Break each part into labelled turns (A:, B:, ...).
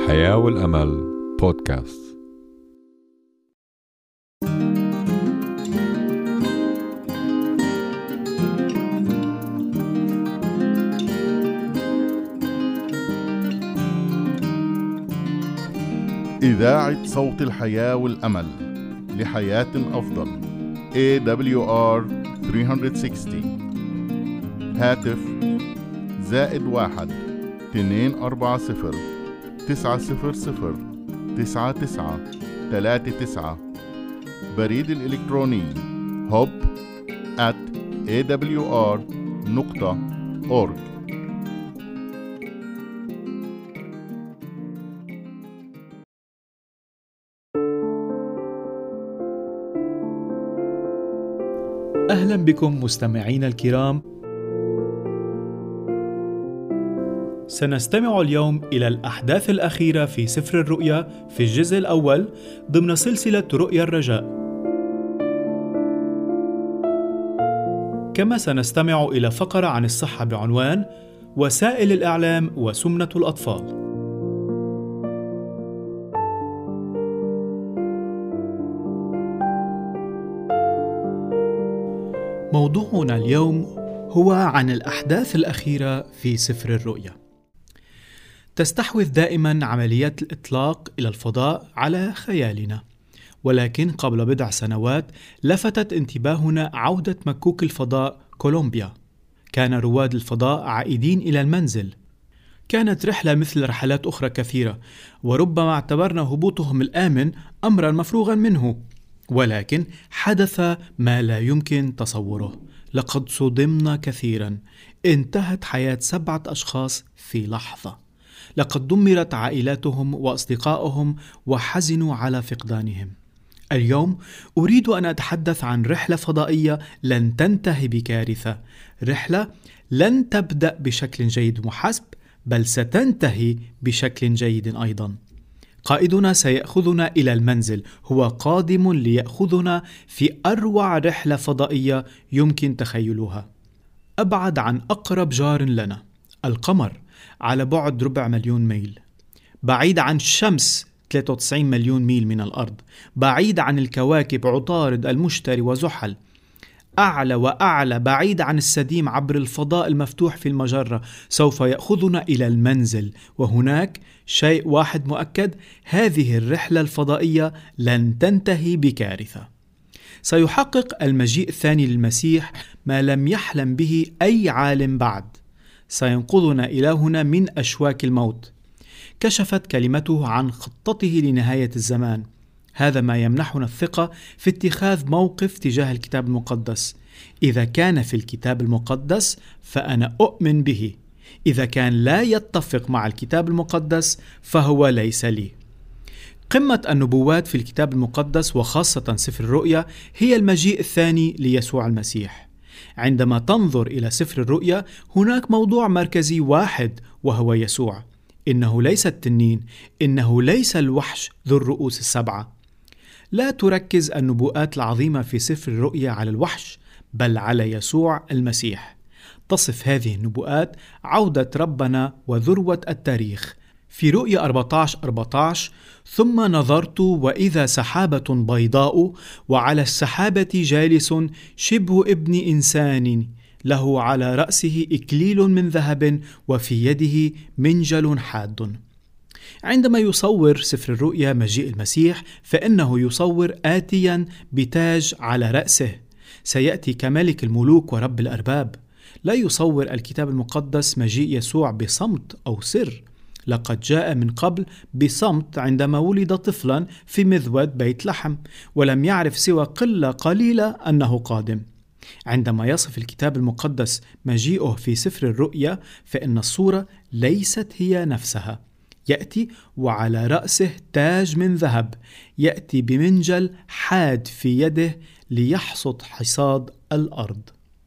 A: الحياة والأمل بودكاست.
B: إذاعة صوت الحياة والأمل لحياة أفضل AWR 360. هاتف +1 240 900 9939. بريد الإلكتروني hope@awr.org.
C: أهلا بكم مستمعينا الكرام. سنستمع اليوم إلى الأحداث الأخيرة في سفر الرؤيا في الجزء الأول ضمن سلسلة رؤيا الرجاء. كما سنستمع إلى فقرة عن الصحة بعنوان وسائل الإعلام وسمنة الأطفال. موضوعنا اليوم هو عن الأحداث الأخيرة في سفر الرؤيا. تستحوذ دائما عمليات الإطلاق إلى الفضاء على خيالنا، ولكن قبل بضع سنوات لفتت انتباهنا عودة مكوك الفضاء كولومبيا. كان رواد الفضاء عائدين إلى المنزل. كانت رحلة مثل رحلات أخرى كثيرة، وربما اعتبرنا هبوطهم الآمن أمرا مفروغا منه، ولكن حدث ما لا يمكن تصوره. لقد صدمنا كثيرا. انتهت حياة 7 أشخاص في لحظة. لقد دمرت عائلاتهم وأصدقائهم وحزنوا على فقدانهم. اليوم أريد أن أتحدث عن رحلة فضائية لن تنتهي بكارثة. رحلة لن تبدأ بشكل جيد محسب، بل ستنتهي بشكل جيد أيضا. قائدنا سيأخذنا إلى المنزل. هو قادم ليأخذنا في أروع رحلة فضائية يمكن تخيلها. أبعد عن أقرب جار لنا القمر على بعد 400,000 ميل، بعيد عن الشمس 93 مليون ميل من الأرض، بعيد عن الكواكب عطارد، المشتري وزحل، أعلى وأعلى، بعيد عن السديم عبر الفضاء المفتوح في المجرة. سوف يأخذنا إلى المنزل، وهناك شيء واحد مؤكد: هذه الرحلة الفضائية لن تنتهي بكارثة. سيحقق المجيء الثاني للمسيح ما لم يحلم به أي عالم بعد. سينقذنا إلهنا من أشواك الموت. كشفت كلمته عن خطته لنهاية الزمان. هذا ما يمنحنا الثقة في اتخاذ موقف تجاه الكتاب المقدس. إذا كان في الكتاب المقدس فأنا أؤمن به. إذا كان لا يتفق مع الكتاب المقدس فهو ليس لي. قمة النبوات في الكتاب المقدس وخاصة سفر الرؤيا هي المجيء الثاني ليسوع المسيح. عندما تنظر إلى سفر الرؤيا هناك موضوع مركزي واحد، وهو يسوع. إنه ليس التنين، إنه ليس الوحش ذو الرؤوس السبعة. لا تركز النبوءات العظيمة في سفر الرؤيا على الوحش، بل على يسوع المسيح. تصف هذه النبوءات عودة ربنا وذروة التاريخ. في رؤيا 14:14: ثم نظرت وإذا سحابة بيضاء، وعلى السحابة جالس شبه ابن إنسان، له على رأسه إكليل من ذهب، وفي يده منجل حاد. عندما يصور سفر الرؤيا مجيء المسيح فإنه يصور آتيا بتاج على رأسه. سيأتي كملك الملوك ورب الأرباب. لا يصور الكتاب المقدس مجيء يسوع بصمت أو سر. لقد جاء من قبل بصمت عندما ولد طفلا في مذود بيت لحم، ولم يعرف سوى قلة قليلة أنه قادم. عندما يصف الكتاب المقدس مجيئه في سفر الرؤيا فإن الصورة ليست هي نفسها. يأتي وعلى رأسه تاج من ذهب، يأتي بمنجل حاد في يده ليحصد حصاد الأرض.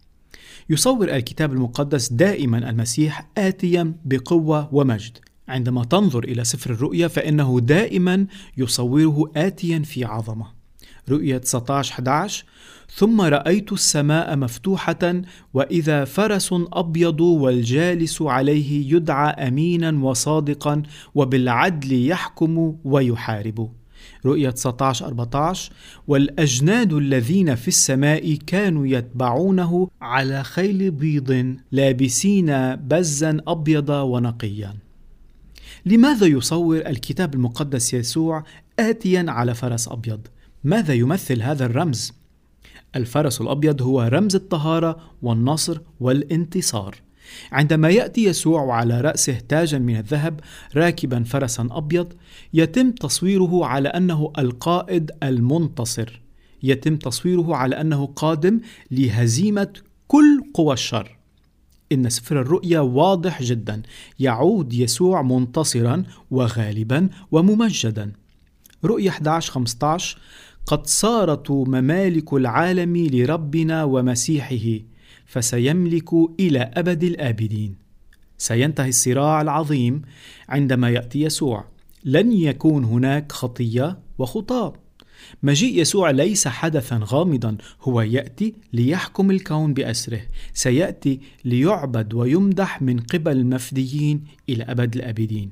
C: يصور الكتاب المقدس دائما المسيح آتيا بقوة ومجد. عندما تنظر إلى سفر الرؤيا فإنه دائما يصوره آتيا في عظمة. رؤية 19:11 ثم رأيت السماء مفتوحة وإذا فرس أبيض والجالس عليه يدعى أمينا وصادقا وبالعدل يحكم ويحارب. رؤية 19:14 والأجناد الذين في السماء كانوا يتبعونه على خيل بيض لابسين بزا أبيض ونقيا. لماذا يصور الكتاب المقدس يسوع آتيا على فرس أبيض؟ ماذا يمثل هذا الرمز؟ الفرس الأبيض هو رمز الطهارة والنصر والانتصار. عندما يأتي يسوع وعلى رأسه تاجا من الذهب راكبا فرسا أبيض، يتم تصويره على أنه القائد المنتصر، يتم تصويره على أنه قادم لهزيمة كل قوى الشر. إن سفر الرؤيا واضح جدا، يعود يسوع منتصرا وغالبا وممجدا. رؤيا 11:15 قد صارت ممالك العالم لربنا ومسيحه فسيملك إلى أبد الآبدين. سينتهي الصراع العظيم عندما يأتي يسوع، لن يكون هناك خطية وخطاة. مجيء يسوع ليس حدثا غامضا، هو يأتي ليحكم الكون بأسره، سيأتي ليعبد ويمدح من قبل المفديين إلى أبد الآبدين.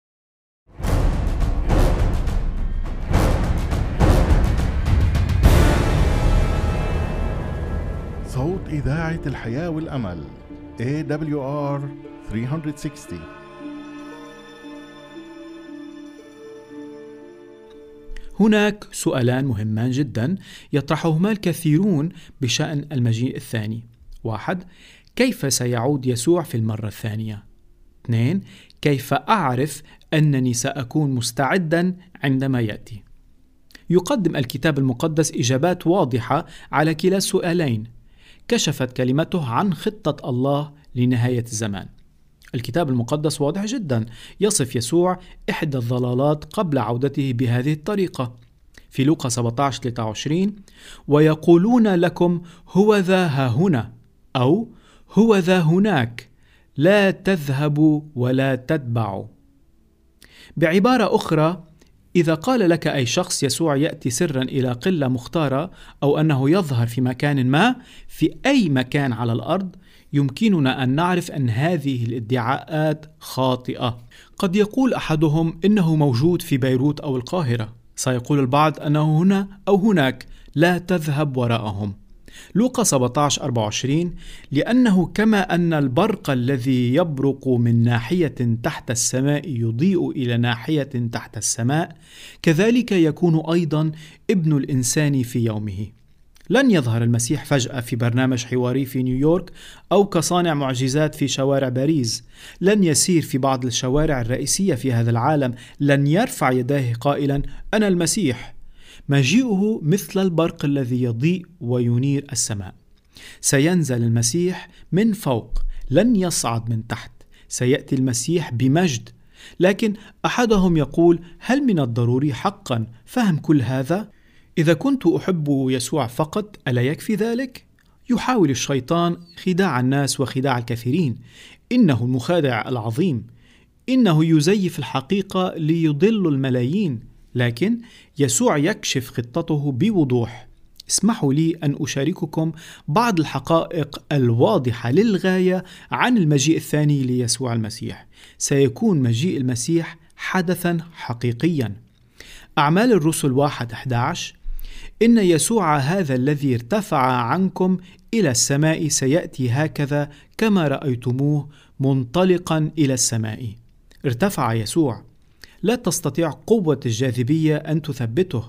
B: صوت إذاعة الحياة والأمل AWR 360.
C: هناك سؤالان مهمان جدا يطرحهما الكثيرون بشأن المجيء الثاني. 1. كيف سيعود يسوع في المرة الثانية؟ 2. كيف أعرف أنني سأكون مستعدا عندما يأتي؟ يقدم الكتاب المقدس إجابات واضحة على كلا السؤالين. كشفت كلمته عن خطة الله لنهاية الزمان. الكتاب المقدس واضح جدا، يصف يسوع إحدى الضلالات قبل عودته بهذه الطريقة. في لوقا 17:23 ويقولون لكم هو ذا ها هنا أو هو ذا هناك، لا تذهبوا ولا تتبعوا. بعبارة أخرى، إذا قال لك أي شخص يسوع يأتي سرا إلى قلة مختارة أو أنه يظهر في مكان ما في أي مكان على الأرض، يمكننا أن نعرف أن هذه الادعاءات خاطئة. قد يقول أحدهم إنه موجود في بيروت أو القاهرة، سيقول البعض أنه هنا أو هناك، لا تذهب وراءهم. لوقا 17:24 لأنه كما أن البرق الذي يبرق من ناحية تحت السماء يضيء إلى ناحية تحت السماء، كذلك يكون أيضا ابن الإنسان في يومه. لن يظهر المسيح فجأة في برنامج حواري في نيويورك أو كصانع معجزات في شوارع باريس. لن يسير في بعض الشوارع الرئيسية في هذا العالم. لن يرفع يديه قائلا أنا المسيح. مجيئه مثل البرق الذي يضيء وينير السماء. سينزل المسيح من فوق، لن يصعد من تحت. سيأتي المسيح بمجد. لكن أحدهم يقول هل من الضروري حقا فهم كل هذا؟ إذا كنت أحب يسوع فقط ألا يكفي ذلك؟ يحاول الشيطان خداع الناس وخداع الكثيرين. إنه المخادع العظيم، إنه يزيف الحقيقة ليضل الملايين، لكن يسوع يكشف خطته بوضوح. اسمحوا لي أن أشارككم بعض الحقائق الواضحة للغاية عن المجيء الثاني ليسوع المسيح. سيكون مجيء المسيح حدثا حقيقيا. أعمال الرسل 1:11 إن يسوع هذا الذي ارتفع عنكم إلى السماء سيأتي هكذا كما رأيتموه منطلقا إلى السماء. ارتفع يسوع، لا تستطيع قوة الجاذبية أن تثبته.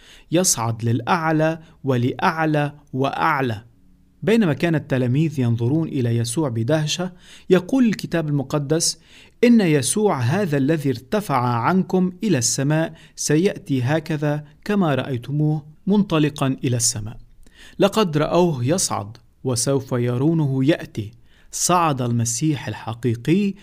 C: يصعد للأعلى ولأعلى وأعلى. بينما كان التلاميذ ينظرون إلى يسوع بدهشة، يقول الكتاب المقدس إن يسوع هذا الذي ارتفع عنكم إلى السماء سيأتي هكذا كما رأيتموه منطلقا إلى السماء. لقد رأوه يصعد وسوف يرونه يأتي. صعد المسيح الحقيقي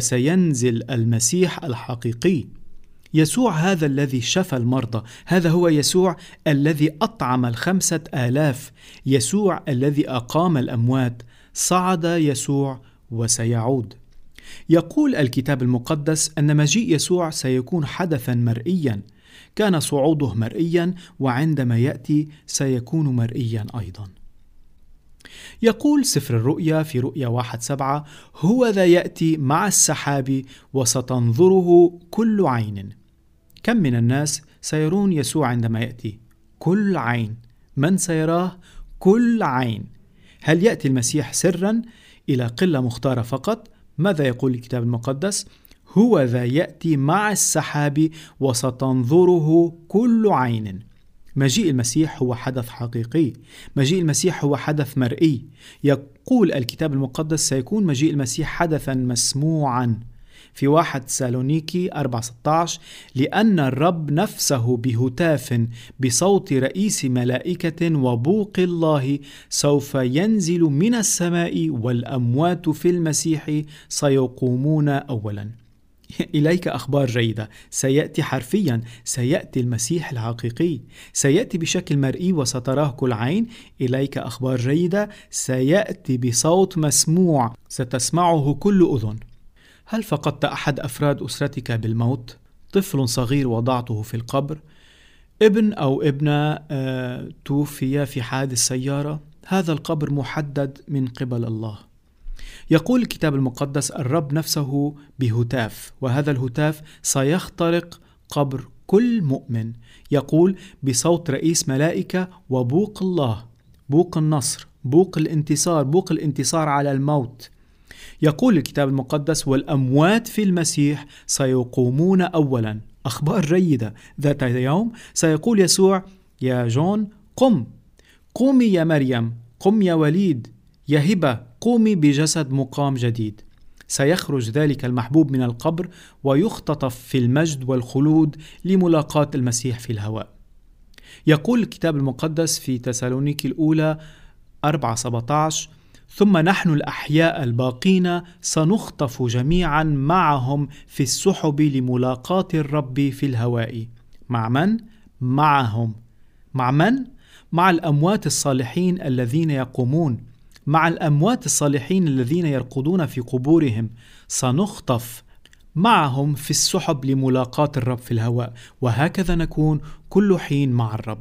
C: وسينزل المسيح الحقيقي. يسوع هذا الذي شفى المرضى، هذا هو يسوع الذي أطعم 5,000، يسوع الذي أقام الأموات. صعد يسوع وسيعود. يقول الكتاب المقدس أن مجيء يسوع سيكون حدثا مرئيا. كان صعوده مرئيا، وعندما يأتي سيكون مرئيا أيضا. يقول سفر الرؤيا في رؤيا 1:7: هو ذا يأتي مع السحاب وستنظره كل عين. كم من الناس سيرون يسوع عندما يأتي؟ كل عين. من سيراه؟ كل عين. هل يأتي المسيح سرا إلى قلة مختارة فقط؟ ماذا يقول الكتاب المقدس؟ هو ذا يأتي مع السحاب وستنظره كل عين. مجيء المسيح هو حدث حقيقي، مجيء المسيح هو حدث مرئي. يقول الكتاب المقدس سيكون مجيء المسيح حدثا مسموعا في 1 تسالونيكي 4:16: لأن الرب نفسه بهتاف بصوت رئيس ملائكة وبوق الله سوف ينزل من السماء، والأموات في المسيح سيقومون أولا. إليك أخبار جيدة، سيأتي حرفيا، سيأتي المسيح الحقيقي، سيأتي بشكل مرئي وستراه كل عين. إليك أخبار جيدة، سيأتي بصوت مسموع ستسمعه كل أذن. هل فقدت أحد أفراد أسرتك بالموت؟ طفل صغير وضعته في القبر؟ ابن أو ابنة توفي في حادث سيارة؟ هذا القبر محدد من قبل الله. يقول الكتاب المقدس الرب نفسه بهتاف، وهذا الهتاف سيخترق قبر كل مؤمن. يقول بصوت رئيس ملائكة وبوق الله، بوق النصر، بوق الانتصار، بوق الانتصار على الموت. يقول الكتاب المقدس والأموات في المسيح سيقومون أولا. أخبار جيدة. ذات يوم سيقول يسوع: يا جون قم، قومي يا مريم، قم يا وليد، يا هبة قومي بجسد مقام جديد. سيخرج ذلك المحبوب من القبر ويختطف في المجد والخلود لملاقاة المسيح في الهواء. يقول الكتاب المقدس في تسالونيكي الأولى 4:17: ثم نحن الأحياء الباقين سنخطف جميعا معهم في السحب لملاقاة الرب في الهواء. مع من؟ معهم. مع من؟ مع الأموات الصالحين الذين يقومون، مع الأموات الصالحين الذين يرقدون في قبورهم. سنخطف معهم في السحب لملاقاة الرب في الهواء، وهكذا نكون كل حين مع الرب.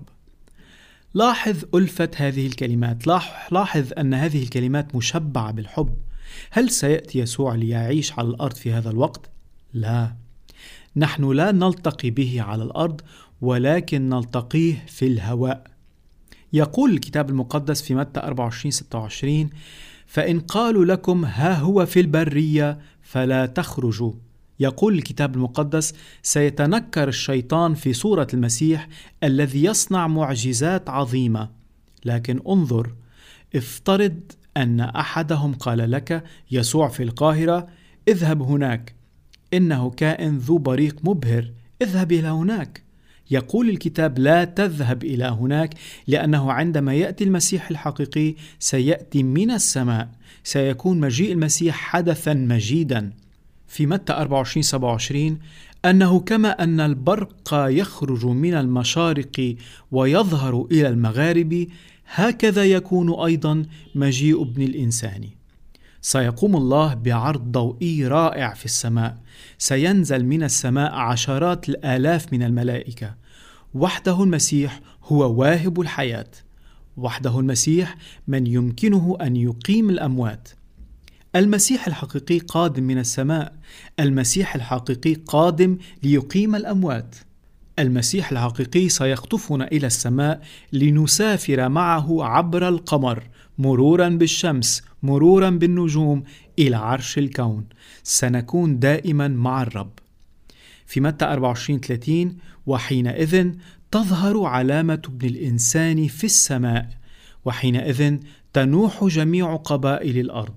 C: لاحظ ألفة هذه الكلمات، لاحظ أن هذه الكلمات مشبعة بالحب. هل سيأتي يسوع ليعيش على الأرض في هذا الوقت؟ لا، نحن لا نلتقي به على الأرض، ولكن نلتقيه في الهواء. يقول الكتاب المقدس في متى 24:26: فإن قالوا لكم ها هو في البرية فلا تخرجوا. يقول الكتاب المقدس سيتنكر الشيطان في صورة المسيح الذي يصنع معجزات عظيمة. لكن انظر، افترض أن أحدهم قال لك: يسوع في القاهرة، اذهب هناك، إنه كائن ذو بريق مبهر، اذهب إلى هناك. يقول الكتاب لا تذهب إلى هناك، لأنه عندما يأتي المسيح الحقيقي سيأتي من السماء، سيكون مجيء المسيح حدثا مجيدا. في متى 24:27: أنه كما أن البرق يخرج من المشارق ويظهر إلى المغارب، هكذا يكون أيضا مجيء ابن الإنسان. سيقوم الله بعرض ضوئي رائع في السماء، سينزل من السماء عشرات الآلاف من الملائكة. وحده المسيح هو واهب الحياة، وحده المسيح من يمكنه أن يقيم الأموات. المسيح الحقيقي قادم من السماء، المسيح الحقيقي قادم ليقيم الأموات. المسيح الحقيقي سيخطفنا إلى السماء لنسافر معه عبر القمر، مرورا بالشمس، مرورا بالنجوم، إلى عرش الكون. سنكون دائما مع الرب. في متى 24:30: وحينئذ تظهر علامة ابن الإنسان في السماء، وحينئذ تنوح جميع قبائل الأرض.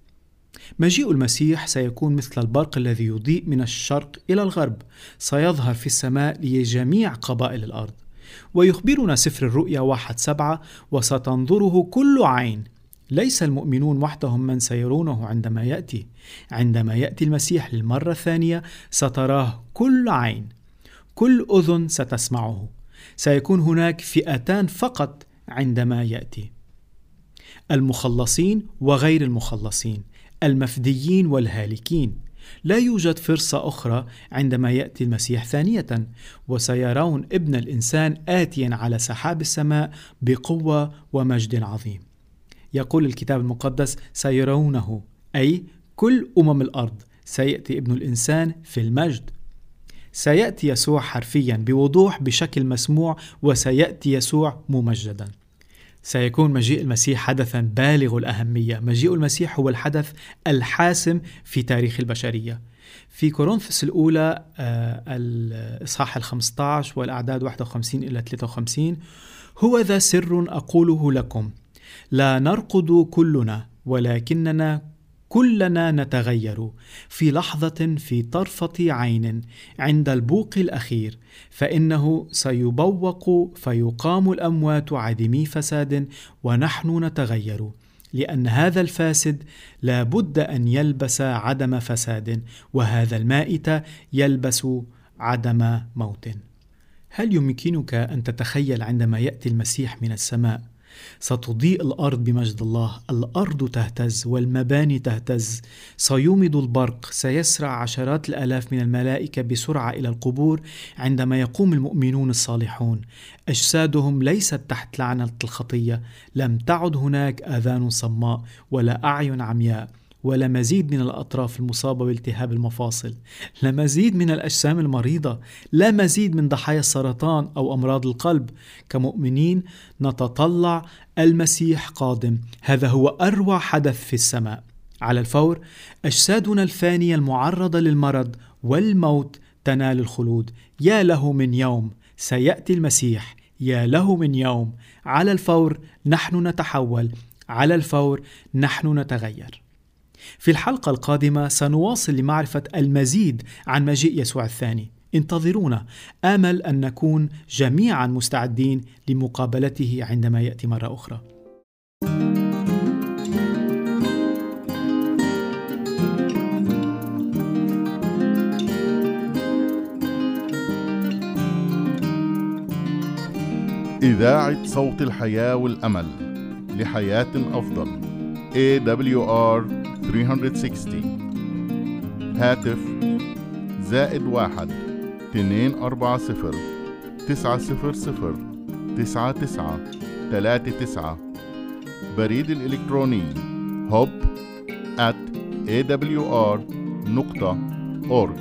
C: مجيء المسيح سيكون مثل البرق الذي يضيء من الشرق إلى الغرب، سيظهر في السماء لجميع قبائل الأرض. ويخبرنا سفر الرؤيا 1:7: وستنظره كل عين. ليس المؤمنون وحدهم من سيرونه عندما يأتي. عندما يأتي المسيح للمرة الثانية ستراه كل عين، كل أذن ستسمعه. سيكون هناك فئتان فقط عندما يأتي: المخلصين وغير المخلصين، المفديين والهالكين. لا يوجد فرصة أخرى عندما يأتي المسيح ثانية، وسيرون ابن الإنسان آتيا على سحاب السماء بقوة ومجد عظيم. يقول الكتاب المقدس سيرونه، أي كل الأرض سيأتي ابن الإنسان في المجد. سيأتي يسوع حرفيا بوضوح بشكل مسموع، وسيأتي يسوع ممجدا. سيكون مجيء المسيح حدثا بالغ الأهمية. مجيء المسيح هو الحدث الحاسم في تاريخ البشرية. في كورنثوس الأولى الإصحاح 15 والأعداد 51 إلى 53: هو ذا سر أقوله لكم، لا نرقد كلنا، ولكننا كلنا نتغير في لحظة، في طرفة عين، عند البوق الأخير، فإنه سيبوق فيقام الأموات عدمي فساد، ونحن نتغير، لأن هذا الفاسد لا بد أن يلبس عدم فساد، وهذا المائت يلبس عدم موت. هل يمكنك أن تتخيل عندما يأتي المسيح من السماء ستضيء الأرض بمجد الله، الأرض تهتز والمباني تهتز، سيومض البرق، سيسرع عشرات الآلاف من الملائكة بسرعة إلى القبور عندما يقوم المؤمنون الصالحون. أجسادهم ليست تحت لعنة الخطية، لم تعد هناك آذان صماء ولا أعين عمياء، ولا مزيد من الأطراف المصابة بالتهاب المفاصل، لا مزيد من الأجسام المريضة، لا مزيد من ضحايا السرطان أو أمراض القلب. كمؤمنين نتطلع المسيح قادم، هذا هو أروع حدث في السماء. على الفور أجسادنا الفانية المعرضة للمرض والموت تنال الخلود. يا له من يوم سيأتي المسيح، يا له من يوم. على الفور نحن نتحول، على الفور نحن نتغير. في الحلقة القادمة سنواصل لمعرفة المزيد عن مجيء يسوع الثاني. انتظرونا، آمل أن نكون جميعا مستعدين لمقابلته عندما يأتي مرة أخرى.
B: إذاعة صوت الحياة والأمل لحياة أفضل. AWR 360. هاتف +1 240 900 99 39. بريد الإلكتروني hope@awr.org.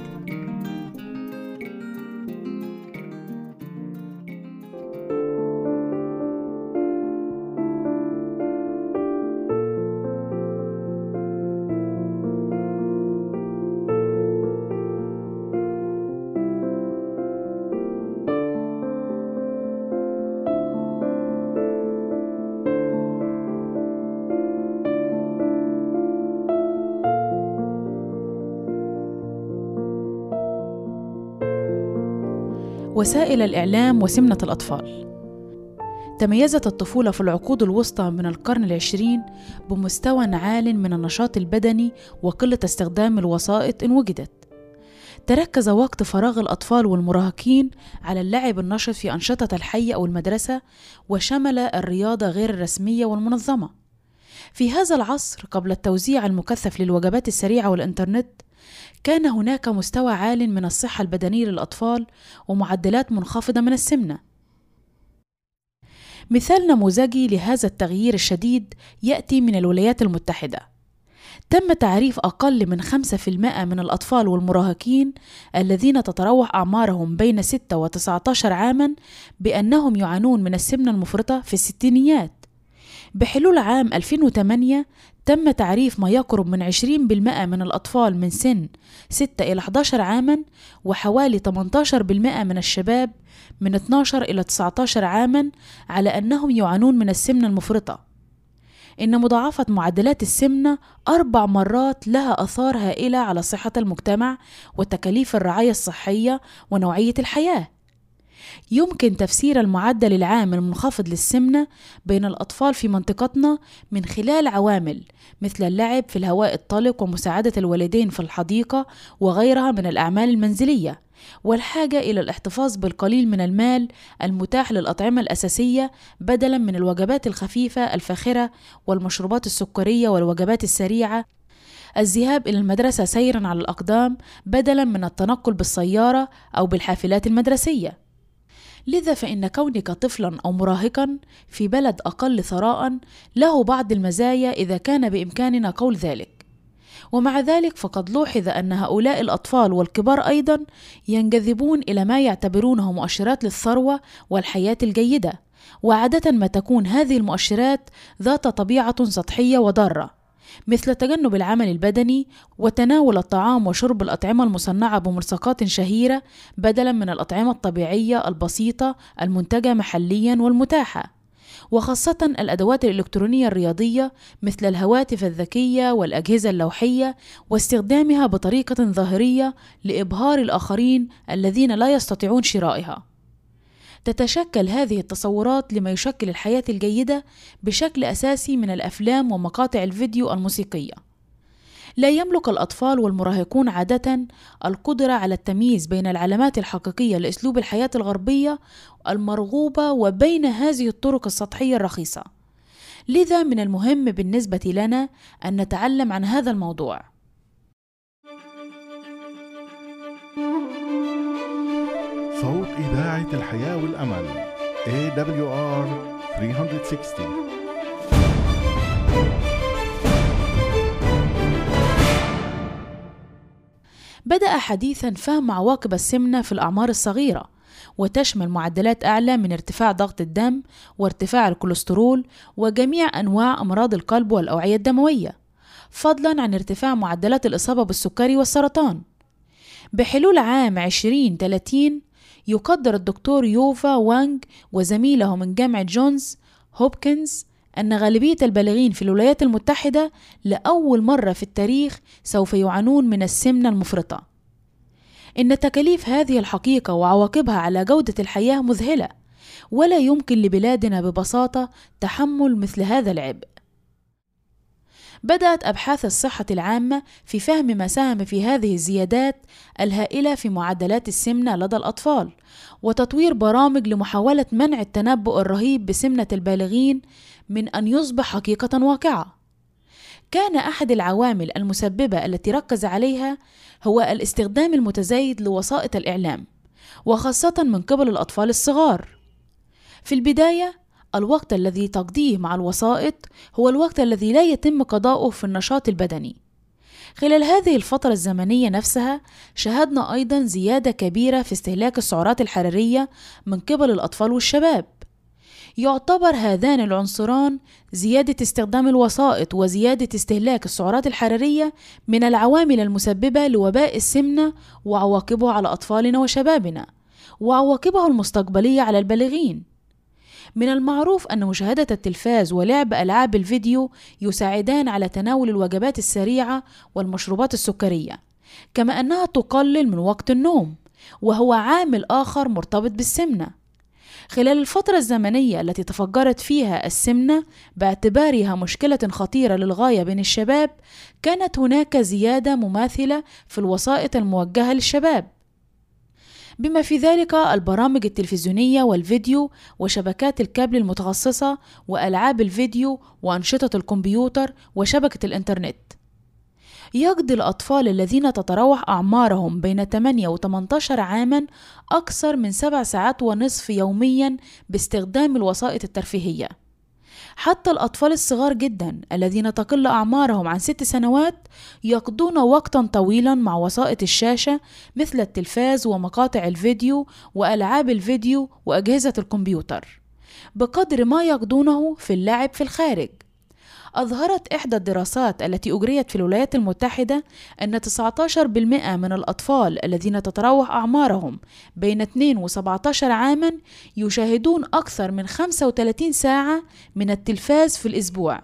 D: وسائل الإعلام وسمنة الأطفال. تميزت الطفولة في العقود الوسطى من القرن العشرين بمستوى عال من النشاط البدني وقلة استخدام الوسائط إن وجدت. تركز وقت فراغ الأطفال والمراهقين على اللعب النشط في أنشطة الحي أو المدرسة، وشمل الرياضة غير الرسمية والمنظمة. في هذا العصر قبل التوزيع المكثف للوجبات السريعة والإنترنت، كان هناك مستوى عال من الصحة البدنية للأطفال ومعدلات منخفضة من السمنة. مثال نموذجي لهذا التغيير الشديد يأتي من الولايات المتحدة. تم تعريف أقل من 5% من الأطفال والمراهقين الذين تتراوح أعمارهم بين 6 و19 عاما بأنهم يعانون من السمنة المفرطة في الستينيات. بحلول عام 2008 تم تعريف ما يقرب من 20% من الأطفال من سن 6 إلى 11 عاما، وحوالي 18% من الشباب من 12 إلى 19 عاما على أنهم يعانون من السمنة المفرطة. إن مضاعفة معدلات السمنة 4 مرات لها آثار هائلة على صحة المجتمع وتكاليف الرعاية الصحية ونوعية الحياة. يمكن تفسير المعدل العام المنخفض للسمنة بين الأطفال في منطقتنا من خلال عوامل مثل اللعب في الهواء الطلق ومساعدة الوالدين في الحديقة وغيرها من الأعمال المنزلية، والحاجة إلى الاحتفاظ بالقليل من المال المتاح للأطعمة الأساسية بدلا من الوجبات الخفيفة الفاخرة والمشروبات السكرية والوجبات السريعة الذهاب إلى المدرسة سيراً على الأقدام بدلاً من التنقل بالسيارة أو بالحافلات المدرسية. لذا فإن كونك طفلاً أو مراهقاً في بلد أقل ثراء له بعض المزايا إذا كان بإمكاننا قول ذلك. ومع ذلك فقد لوحظ أن هؤلاء الأطفال والكبار أيضاً ينجذبون إلى ما يعتبرونه مؤشرات للثروة والحياة الجيدة، وعادة ما تكون هذه المؤشرات ذات طبيعة سطحية وضارة، مثل تجنب العمل البدني وتناول الطعام وشرب الأطعمة المصنعة بملصقات شهيرة بدلاً من الأطعمة الطبيعية البسيطة المنتجة محلياً والمتاحة، وخاصة الأدوات الإلكترونية الرياضية مثل الهواتف الذكية والأجهزة اللوحية، واستخدامها بطريقة ظاهرية لإبهار الآخرين الذين لا يستطيعون شرائها. تتشكل هذه التصورات لما يشكل الحياة الجيدة بشكل أساسي من الأفلام ومقاطع الفيديو الموسيقية. لا يملك الأطفال والمراهقون عادة القدرة على التمييز بين العلامات الحقيقية لأسلوب الحياة الغربية المرغوبة وبين هذه الطرق السطحية الرخيصة. لذا من المهم بالنسبة لنا أن نتعلم عن هذا الموضوع.
B: صوت إذاعة الحياة والأمل AWR 360.
D: بدأ حديثاً فهم عواقب السمنة في الأعمار الصغيرة، وتشمل معدلات أعلى من ارتفاع ضغط الدم وارتفاع الكوليسترول وجميع أنواع أمراض القلب والأوعية الدموية، فضلاً عن ارتفاع معدلات الإصابة بالسكري والسرطان. بحلول عام 2030 يقدر الدكتور يوفا وانغ وزميله من جامعة جونز هوبكنز أن غالبية البالغين في الولايات المتحدة لأول مرة في التاريخ سوف يعانون من السمنة المفرطة. إن تكاليف هذه الحقيقة وعواقبها على جودة الحياة مذهلة، ولا يمكن لبلادنا ببساطة تحمل مثل هذا العبء. بدأت أبحاث الصحة العامة في فهم ما ساهم في هذه الزيادات الهائلة في معدلات السمنة لدى الأطفال، وتطوير برامج لمحاولة منع التنبؤ الرهيب بسمنة البالغين من أن يصبح حقيقة واقعة. كان أحد العوامل المسببة التي ركز عليها هو الاستخدام المتزايد لوسائط الإعلام، وخاصة من قبل الأطفال الصغار. في البداية الوقت الذي تقضيه مع الوسائط هو الوقت الذي لا يتم قضاؤه في النشاط البدني. خلال هذه الفترة الزمنية نفسها شاهدنا أيضا زيادة كبيرة في استهلاك السعرات الحرارية من قبل الأطفال والشباب. يعتبر هذان العنصران، زيادة استخدام الوسائط وزيادة استهلاك السعرات الحرارية، من العوامل المسببة لوباء السمنة وعواقبه على أطفالنا وشبابنا، وعواقبه المستقبلية على البالغين. من المعروف أن مشاهدة التلفاز ولعب ألعاب الفيديو يساعدان على تناول الوجبات السريعة والمشروبات السكرية، كما أنها تقلل من وقت النوم، وهو عامل آخر مرتبط بالسمنة. خلال الفترة الزمنية التي تفجرت فيها السمنة باعتبارها مشكلة خطيرة للغاية بين الشباب، كانت هناك زيادة مماثلة في الوسائط الموجهة للشباب، بما في ذلك البرامج التلفزيونية والفيديو وشبكات الكابل المتخصصة وألعاب الفيديو وأنشطة الكمبيوتر وشبكة الإنترنت. يقضي الأطفال الذين تتراوح أعمارهم بين 8 و 18 عاما أكثر من 7.5 ساعات يوميا باستخدام الوسائط الترفيهية. حتى الأطفال الصغار جدا الذين تقل أعمارهم عن 6 سنوات يقضون وقتا طويلا مع وسائط الشاشة مثل التلفاز ومقاطع الفيديو وألعاب الفيديو وأجهزة الكمبيوتر، بقدر ما يقضونه في اللعب في الخارج. أظهرت إحدى الدراسات التي أجريت في الولايات المتحدة أن 19% من الأطفال الذين تتراوح أعمارهم بين 2 و 17 عاما يشاهدون أكثر من 35 ساعة من التلفاز في الأسبوع.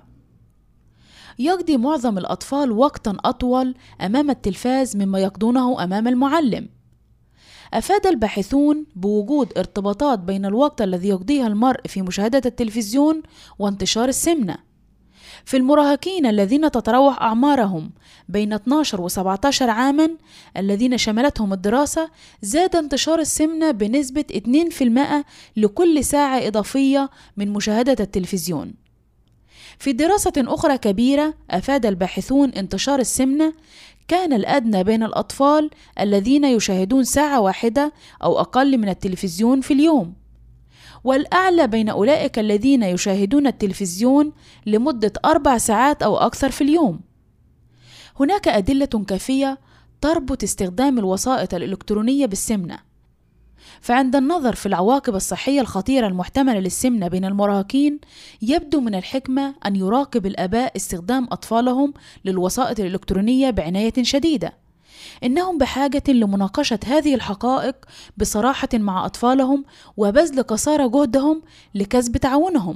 D: يقضي معظم الأطفال وقتا أطول أمام التلفاز مما يقضونه أمام المعلم. أفاد الباحثون بوجود ارتباطات بين الوقت الذي يقضيه المرء في مشاهدة التلفزيون وانتشار السمنة. في المراهقين الذين تتراوح أعمارهم بين 12 و 17 عاما الذين شملتهم الدراسة، زاد انتشار السمنة بنسبة 2% لكل ساعة إضافية من مشاهدة التلفزيون. في دراسة أخرى كبيرة أفاد الباحثون انتشار السمنة كان الأدنى بين الأطفال الذين يشاهدون ساعة واحدة أو أقل من التلفزيون في اليوم، والأعلى بين أولئك الذين يشاهدون التلفزيون لمدة 4 ساعات أو أكثر في اليوم. هناك أدلة كافية تربط استخدام الوسائط الإلكترونية بالسمنة، فعند النظر في العواقب الصحية الخطيرة المحتملة للسمنة بين المراهقين يبدو من الحكمة أن يراقب الآباء استخدام أطفالهم للوسائط الإلكترونية بعناية شديدة. إنهم بحاجة لمناقشة هذه الحقائق بصراحة مع أطفالهم وبذل قصارى جهدهم لكسب تعاونهم.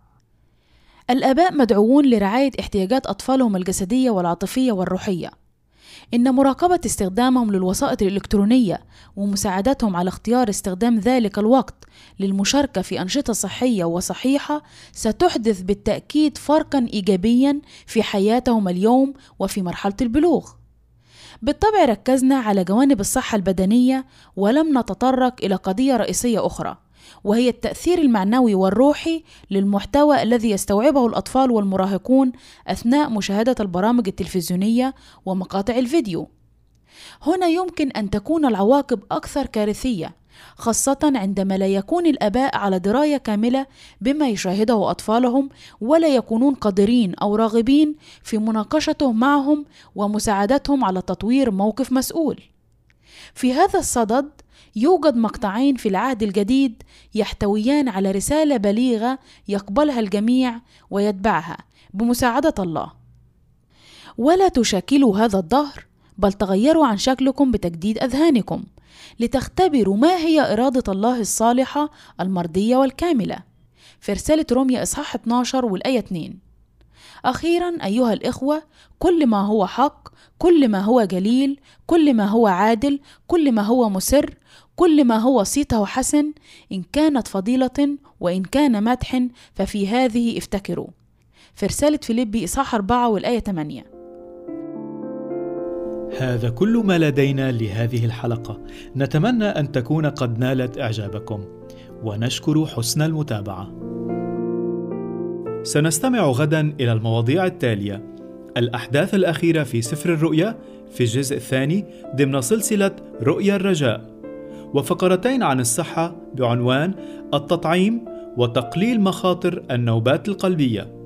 D: الآباء مدعوون لرعاية احتياجات أطفالهم الجسدية والعاطفية والروحية. إن مراقبة استخدامهم للوسائط الإلكترونية ومساعدتهم على اختيار استخدام ذلك الوقت للمشاركة في أنشطة صحية وصحيحة ستحدث بالتأكيد فرقاً إيجابياً في حياتهم اليوم وفي مرحلة البلوغ. بالطبع ركزنا على جوانب الصحة البدنية ولم نتطرق إلى قضية رئيسية أخرى، وهي التأثير المعنوي والروحي للمحتوى الذي يستوعبه الأطفال والمراهقون أثناء مشاهدة البرامج التلفزيونية ومقاطع الفيديو. هنا يمكن أن تكون العواقب أكثر كارثية، خاصة عندما لا يكون الآباء على دراية كاملة بما يشاهده أطفالهم ولا يكونون قادرين أو راغبين في مناقشته معهم ومساعدتهم على تطوير موقف مسؤول. في هذا الصدد يوجد مقطعين في العهد الجديد يحتويان على رسالة بليغة يقبلها الجميع ويتبعها بمساعدة الله. ولا تشكلوا هذا الدهر، بل تغيروا عن شكلكم بتجديد أذهانكم لتختبروا ما هي إرادة الله الصالحة المرضية والكاملة. في رسالة روميا إصحاح 12 والآية 2. أخيرا أيها الإخوة، كل ما هو حق، كل ما هو جليل، كل ما هو عادل، كل ما هو مسر، كل ما هو صيته حسن، إن كانت فضيلة وإن كان مدح ففي هذه افتكروا. في رسالة فيليبي إصحاح 4 والآية 8.
C: هذا كل ما لدينا لهذه الحلقة، نتمنى أن تكون قد نالت إعجابكم، ونشكر حسن المتابعة. سنستمع غدا إلى المواضيع التالية: الأحداث الأخيرة في سفر الرؤيا في الجزء الثاني ضمن سلسلة رؤيا الرجاء، وفقرتين عن الصحة بعنوان التطعيم وتقليل مخاطر النوبات القلبية.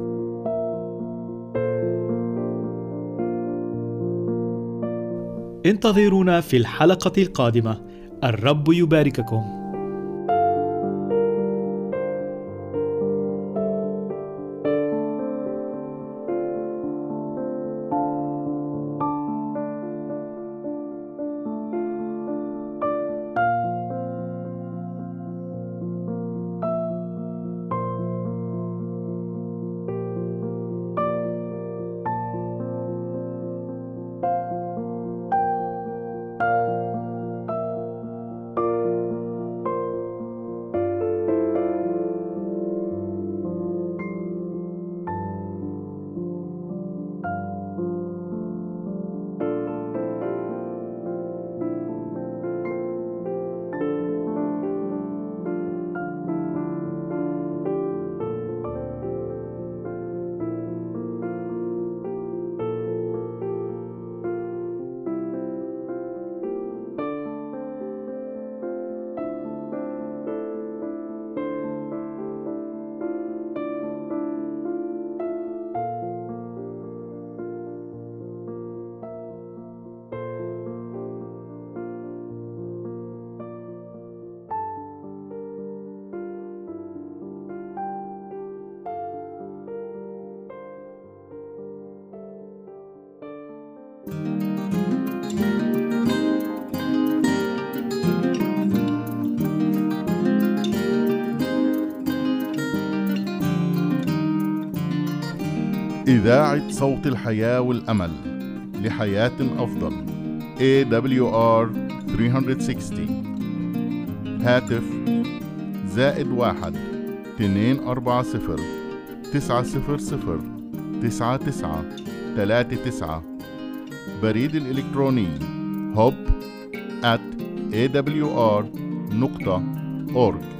C: انتظرونا في الحلقة القادمة. الرب يبارككم.
B: إذاعة صوت الحياة والأمل لحياة أفضل AWR 360. هاتف +1 240 900 99 39. بريد الإلكتروني hub@awr.org.